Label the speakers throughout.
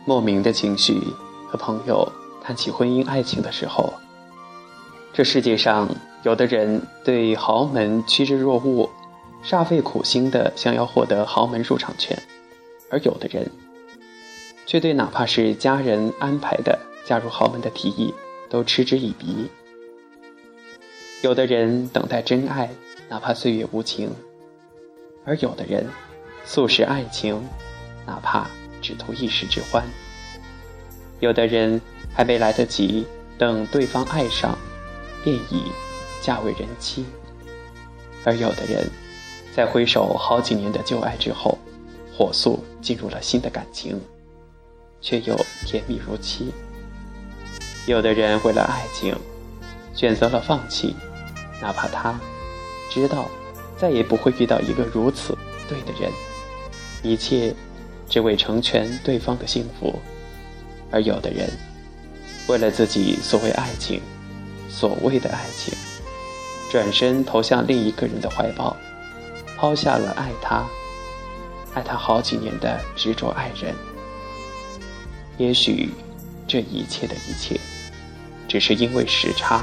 Speaker 1: 莫名的情绪和朋友谈起婚姻爱情的时候，这世界上有的人对豪门趋之若鹜，煞费苦心的想要获得豪门入场券，而有的人却对哪怕是家人安排的加入豪门的提议都嗤之以鼻。有的人等待真爱，哪怕岁月无情，而有的人速食爱情，哪怕只图一时之欢。有的人还没来得及等对方爱上，便已嫁为人妻，而有的人在回首好几年的旧爱之后，火速进入了新的感情，却又甜蜜如期。有的人为了爱情选择了放弃，哪怕他知道再也不会遇到一个如此对的人，一切只为成全对方的幸福。而有的人为了自己所谓爱情，所谓的爱情，转身投向另一个人的怀抱，抛下了爱他好几年的执着爱人。也许这一切的一切只是因为时差。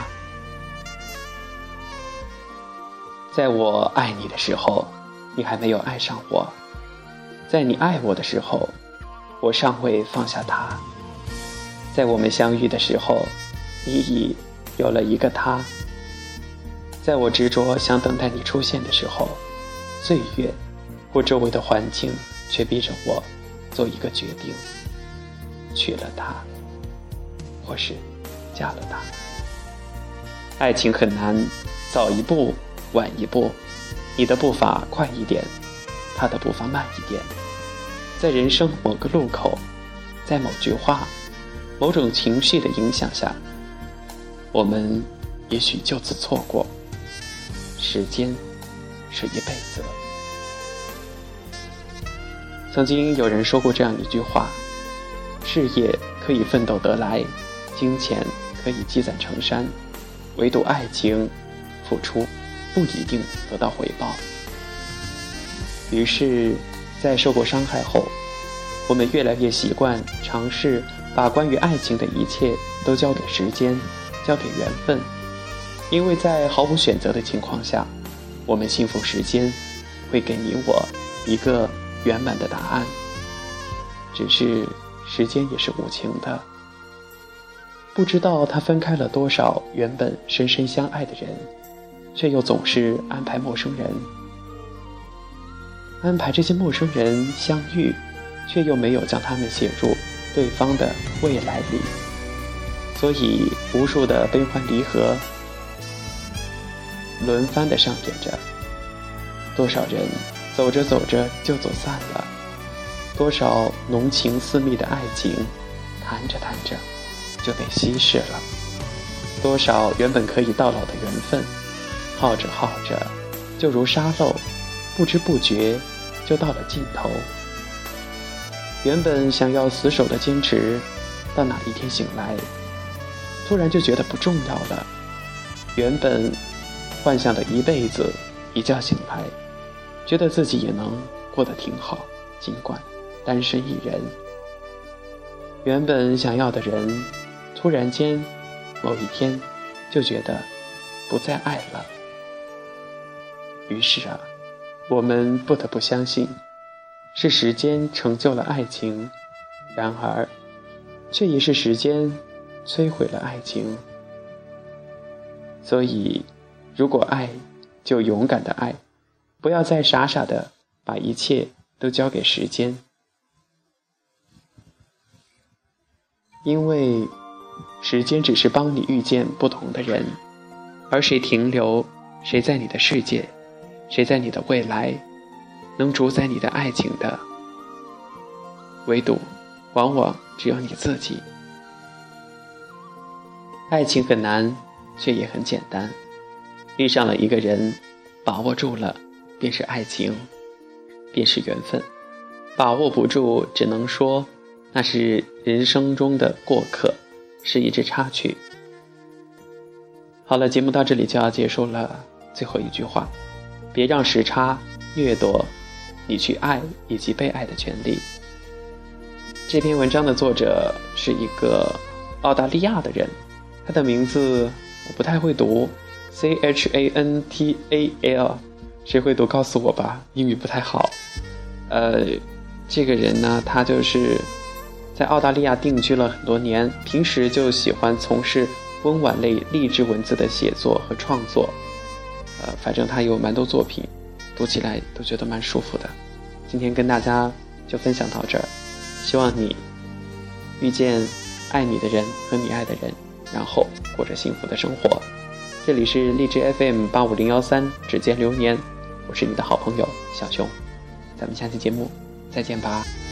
Speaker 1: 在我爱你的时候，你还没有爱上我；在你爱我的时候，我尚未放下他；在我们相遇的时候，你已有了一个他；在我执着想等待你出现的时候，岁月或周围的环境却逼着我做一个决定，娶了他，或是嫁了他。爱情很难，早一步晚一步，你的步伐快一点，他的步伐慢一点。在人生某个路口，在某句话，某种情绪的影响下，我们也许就此错过。时间是一辈子。曾经有人说过这样一句话：事业可以奋斗得来，金钱可以积攒成山，唯独爱情付出不一定得到回报。于是在受过伤害后，我们越来越习惯尝试把关于爱情的一切都交给时间，交给缘分。因为在毫无选择的情况下，我们信服时间会给你我一个圆满的答案。只是时间也是无情的，不知道他分开了多少原本深深相爱的人，却又总是安排陌生人，安排这些陌生人相遇，却又没有将他们写入对方的未来里。所以无数的悲欢离合轮番地上演着，多少人走着走着就走散了，多少浓情似蜜的爱情谈着谈着就被稀释了，多少原本可以到老的缘分耗着耗着就如沙漏，不知不觉就到了尽头。原本想要死守的坚持，到哪一天醒来突然就觉得不重要了。原本幻想的一辈子，一觉醒来觉得自己也能过得挺好，尽管单身一人。原本想要的人，突然间某一天就觉得不再爱了。于是啊，我们不得不相信，是时间成就了爱情，然而却也是时间摧毁了爱情。所以如果爱，就勇敢的爱，不要再傻傻的把一切都交给时间。因为时间只是帮你遇见不同的人，而谁停留，谁在你的世界，谁在你的未来，能主宰你的爱情的，唯独往往只有你自己。爱情很难，却也很简单。遇上了一个人，把握住了，便是爱情，便是缘分；把握不住，只能说那是人生中的过客，是一只插曲。好了，节目到这里就要结束了。最后一句话，别让时差掠夺你去爱以及被爱的权利。 这篇文章的作者是一个澳大利亚的人，他的名字我不太会读 CHANTAL， 谁会读告诉我吧，英语不太好。这个人呢，他就是在澳大利亚定居了很多年，平时就喜欢从事温婉类励志文字的写作和创作。反正他有蛮多作品，读起来都觉得蛮舒服的。今天跟大家就分享到这儿，希望你遇见爱你的人和你爱的人，然后过着幸福的生活。这里是荔枝 FM85013，只见流年，我是你的好朋友小熊，咱们下期节目再见吧。